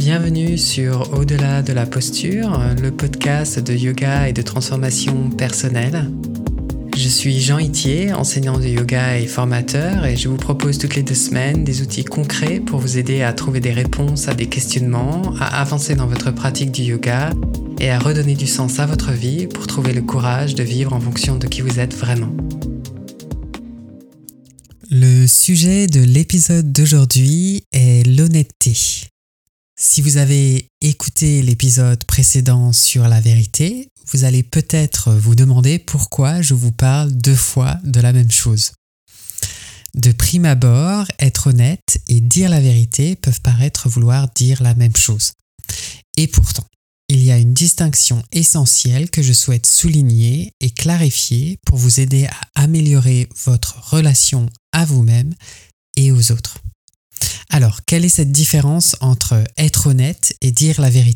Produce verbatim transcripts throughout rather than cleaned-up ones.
Bienvenue sur Au-delà de la posture, le podcast de yoga et de transformation personnelle. Je suis Jean Itier, enseignant de yoga et formateur, et je vous propose toutes les deux semaines des outils concrets pour vous aider à trouver des réponses à des questionnements, à avancer dans votre pratique du yoga et à redonner du sens à votre vie pour trouver le courage de vivre en fonction de qui vous êtes vraiment. Le sujet de l'épisode d'aujourd'hui est l'honnêteté. Si vous avez écouté l'épisode précédent sur la vérité, vous allez peut-être vous demander pourquoi je vous parle deux fois de la même chose. De prime abord, être honnête et dire la vérité peuvent paraître vouloir dire la même chose. Et pourtant, il y a une distinction essentielle que je souhaite souligner et clarifier pour vous aider à améliorer votre relation à vous-même et aux autres. Alors, quelle est cette différence entre être honnête et dire la vérité ?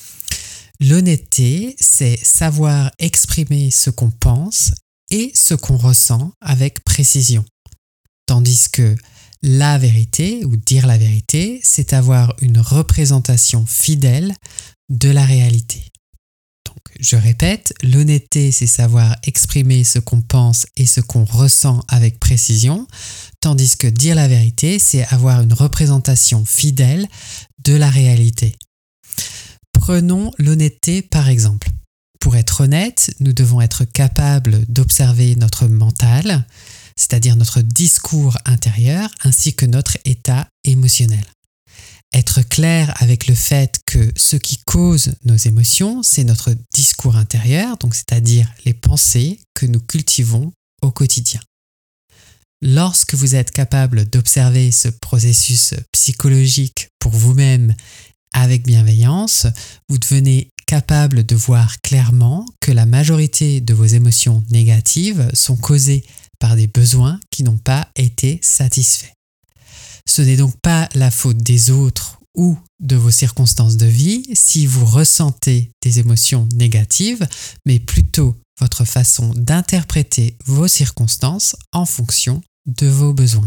L'honnêteté, c'est savoir exprimer ce qu'on pense et ce qu'on ressent avec précision. Tandis que la vérité, ou dire la vérité, c'est avoir une représentation fidèle de la réalité. Donc, je répète, l'honnêteté, c'est savoir exprimer ce qu'on pense et ce qu'on ressent avec précision, tandis que dire la vérité, c'est avoir une représentation fidèle de la réalité. Prenons l'honnêteté par exemple. Pour être honnête, nous devons être capables d'observer notre mental, c'est-à-dire notre discours intérieur, ainsi que notre état émotionnel. Être clair avec le fait que ce qui cause nos émotions, c'est notre discours intérieur, donc c'est-à-dire les pensées que nous cultivons au quotidien. Lorsque vous êtes capable d'observer ce processus psychologique pour vous-même avec bienveillance, vous devenez capable de voir clairement que la majorité de vos émotions négatives sont causées par des besoins qui n'ont pas été satisfaits. Ce n'est donc pas la faute des autres ou de vos circonstances de vie si vous ressentez des émotions négatives, mais plutôt votre façon d'interpréter vos circonstances en fonction de vos besoins.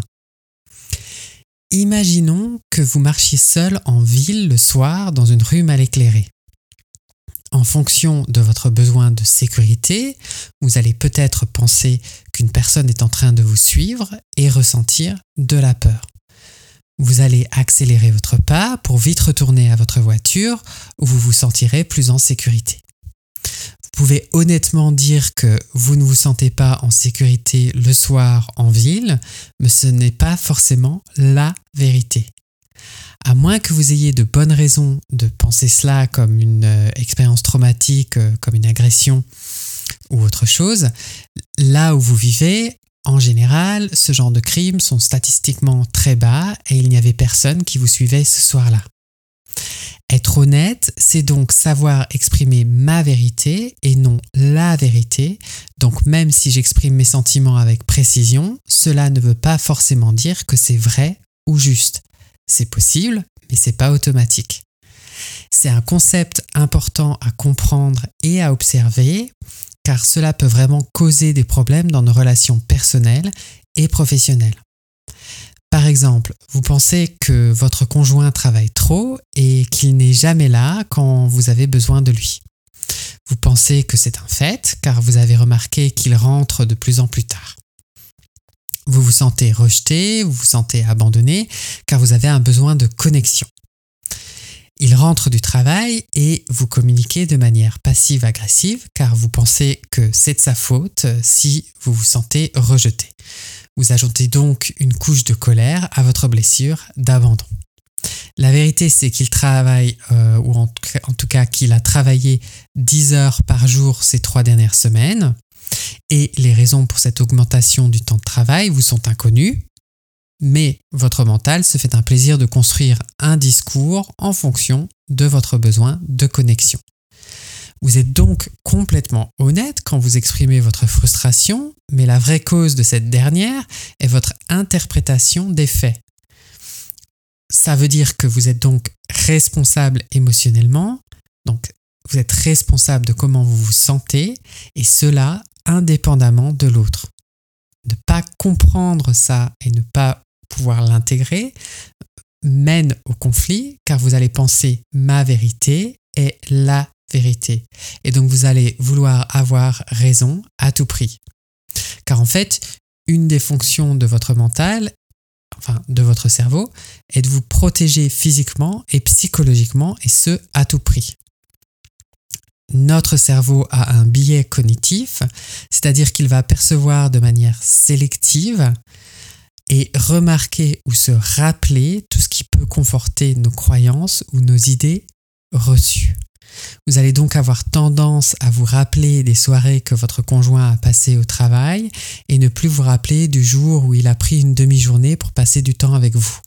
Imaginons que vous marchiez seul en ville le soir dans une rue mal éclairée. En fonction de votre besoin de sécurité, vous allez peut-être penser qu'une personne est en train de vous suivre et ressentir de la peur. Vous allez accélérer votre pas pour vite retourner à votre voiture où vous vous sentirez plus en sécurité. Vous pouvez honnêtement dire que vous ne vous sentez pas en sécurité le soir en ville, mais ce n'est pas forcément la vérité. À moins que vous ayez de bonnes raisons de penser cela comme une euh, expérience traumatique, euh, comme une agression ou autre chose, là où vous vivez, en général, ce genre de crimes sont statistiquement très bas et il n'y avait personne qui vous suivait ce soir-là. Être honnête, c'est donc savoir exprimer ma vérité et non la vérité. Donc même si j'exprime mes sentiments avec précision, cela ne veut pas forcément dire que c'est vrai ou juste. C'est possible, mais c'est pas automatique. C'est un concept important à comprendre et à observer, car cela peut vraiment causer des problèmes dans nos relations personnelles et professionnelles. Par exemple, vous pensez que votre conjoint travaille trop et qu'il n'est jamais là quand vous avez besoin de lui. Vous pensez que c'est un fait car vous avez remarqué qu'il rentre de plus en plus tard. Vous vous sentez rejeté, vous vous sentez abandonné car vous avez un besoin de connexion. Il rentre du travail et vous communiquez de manière passive-agressive car vous pensez que c'est de sa faute si vous vous sentez rejeté. Vous ajoutez donc une couche de colère à votre blessure d'abandon. La vérité, c'est qu'il travaille, euh, ou en, en tout cas qu'il a travaillé dix heures par jour ces trois dernières semaines, et les raisons pour cette augmentation du temps de travail vous sont inconnues, mais votre mental se fait un plaisir de construire un discours en fonction de votre besoin de connexion. Vous êtes donc complètement honnête quand vous exprimez votre frustration, mais la vraie cause de cette dernière est votre interprétation des faits. Ça veut dire que vous êtes donc responsable émotionnellement, donc vous êtes responsable de comment vous vous sentez, et cela indépendamment de l'autre. Ne pas comprendre ça et ne pas pouvoir l'intégrer mène au conflit car vous allez penser ma vérité est la vérité. Et donc vous allez vouloir avoir raison à tout prix. Car en fait, une des fonctions de votre mental, enfin de votre cerveau, est de vous protéger physiquement et psychologiquement, et ce, à tout prix. Notre cerveau a un biais cognitif, c'est-à-dire qu'il va percevoir de manière sélective et remarquer ou se rappeler tout ce qui peut conforter nos croyances ou nos idées reçues. Vous allez donc avoir tendance à vous rappeler des soirées que votre conjoint a passées au travail et ne plus vous rappeler du jour où il a pris une demi-journée pour passer du temps avec vous.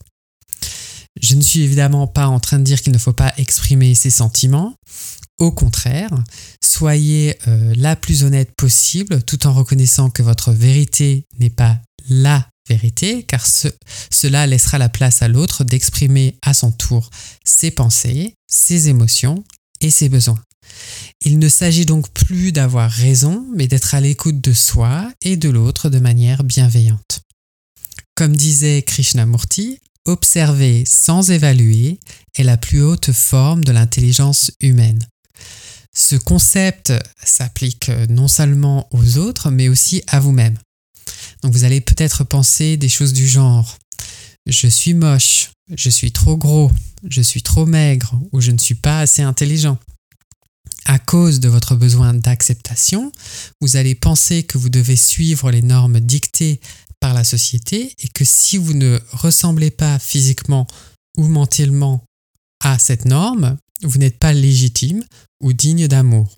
Je ne suis évidemment pas en train de dire qu'il ne faut pas exprimer ses sentiments. Au contraire, soyez euh, la plus honnête possible tout en reconnaissant que votre vérité n'est pas la vérité, car ce, cela laissera la place à l'autre d'exprimer à son tour ses pensées, ses émotions et ses besoins. Il ne s'agit donc plus d'avoir raison, mais d'être à l'écoute de soi et de l'autre de manière bienveillante. Comme disait Krishnamurti, observer sans évaluer est la plus haute forme de l'intelligence humaine. Ce concept s'applique non seulement aux autres, mais aussi à vous-même. Donc vous allez peut-être penser des choses du genre « je suis moche »,« je suis trop gros »,« je suis trop maigre » ou « je ne suis pas assez intelligent ». À cause de votre besoin d'acceptation, vous allez penser que vous devez suivre les normes dictées par la société et que si vous ne ressemblez pas physiquement ou mentalement à cette norme, vous n'êtes pas légitime ou digne d'amour.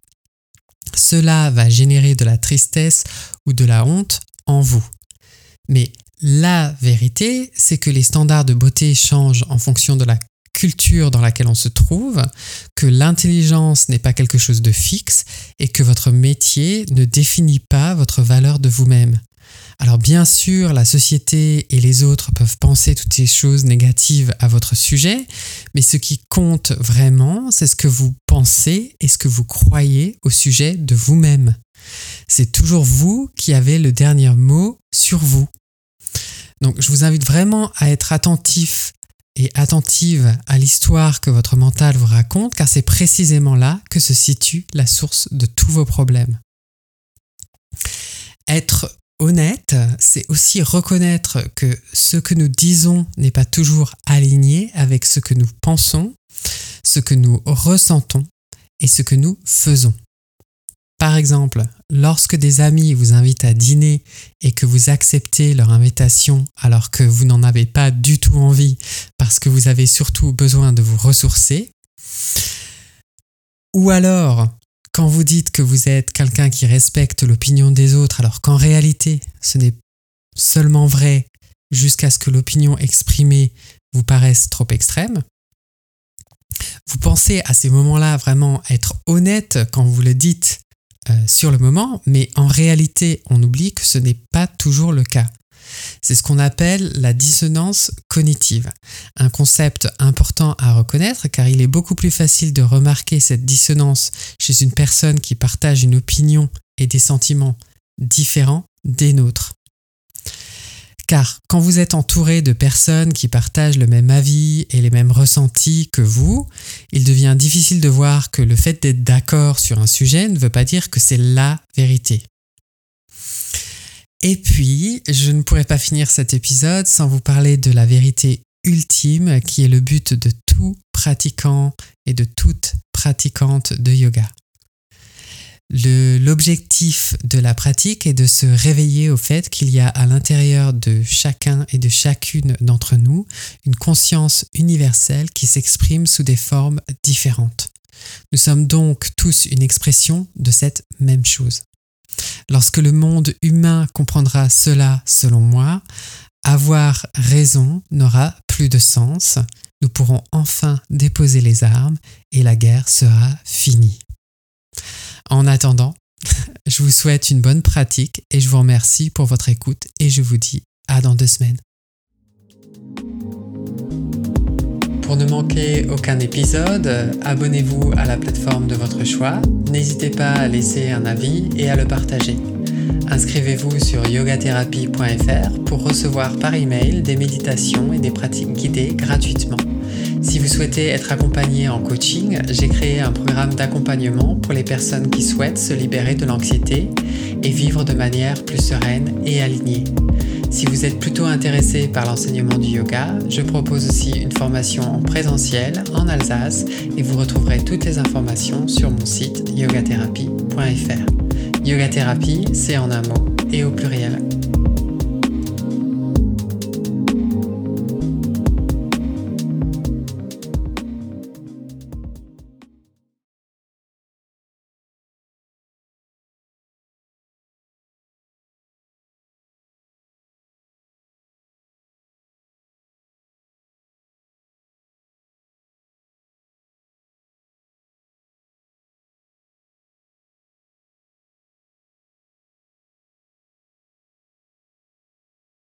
Cela va générer de la tristesse ou de la honte en vous. Mais la vérité, c'est que les standards de beauté changent en fonction de la culture dans laquelle on se trouve, que l'intelligence n'est pas quelque chose de fixe et que votre métier ne définit pas votre valeur de vous-même. Alors bien sûr, la société et les autres peuvent penser toutes ces choses négatives à votre sujet, mais ce qui compte vraiment, c'est ce que vous pensez et ce que vous croyez au sujet de vous-même. C'est toujours vous qui avez le dernier mot sur vous. Donc je vous invite vraiment à être attentif et attentive à l'histoire que votre mental vous raconte, car c'est précisément là que se situe la source de tous vos problèmes. Être honnête, c'est aussi reconnaître que ce que nous disons n'est pas toujours aligné avec ce que nous pensons, ce que nous ressentons et ce que nous faisons. Par exemple, lorsque des amis vous invitent à dîner et que vous acceptez leur invitation alors que vous n'en avez pas du tout envie parce que vous avez surtout besoin de vous ressourcer, ou alors quand vous dites que vous êtes quelqu'un qui respecte l'opinion des autres alors qu'en réalité ce n'est seulement vrai jusqu'à ce que l'opinion exprimée vous paraisse trop extrême, vous pensez à ces moments-là vraiment être honnête quand vous le dites Euh, sur le moment, mais en réalité, on oublie que ce n'est pas toujours le cas. C'est ce qu'on appelle la dissonance cognitive, un concept important à reconnaître car il est beaucoup plus facile de remarquer cette dissonance chez une personne qui partage une opinion et des sentiments différents des nôtres. Car quand vous êtes entouré de personnes qui partagent le même avis et les mêmes ressentis que vous, il devient difficile de voir que le fait d'être d'accord sur un sujet ne veut pas dire que c'est la vérité. Et puis, je ne pourrais pas finir cet épisode sans vous parler de la vérité ultime qui est le but de tout pratiquant et de toute pratiquante de yoga. Le, l'objectif de la pratique est de se réveiller au fait qu'il y a à l'intérieur de chacun et de chacune d'entre nous une conscience universelle qui s'exprime sous des formes différentes. Nous sommes donc tous une expression de cette même chose. Lorsque le monde humain comprendra cela, selon moi, avoir raison n'aura plus de sens. Nous pourrons enfin déposer les armes et la guerre sera finie. En attendant, je vous souhaite une bonne pratique et je vous remercie pour votre écoute et je vous dis à dans deux semaines. Pour ne manquer aucun épisode, abonnez-vous à la plateforme de votre choix. N'hésitez pas à laisser un avis et à le partager. Inscrivez-vous sur yoga thérapie point f r pour recevoir par email des méditations et des pratiques guidées gratuitement. Si vous souhaitez être accompagné en coaching, j'ai créé un programme d'accompagnement pour les personnes qui souhaitent se libérer de l'anxiété et vivre de manière plus sereine et alignée. Si vous êtes plutôt intéressé par l'enseignement du yoga, je propose aussi une formation en présentiel en Alsace et vous retrouverez toutes les informations sur mon site yoga thérapie point f r. Yoga Thérapie, c'est en un mot et au pluriel.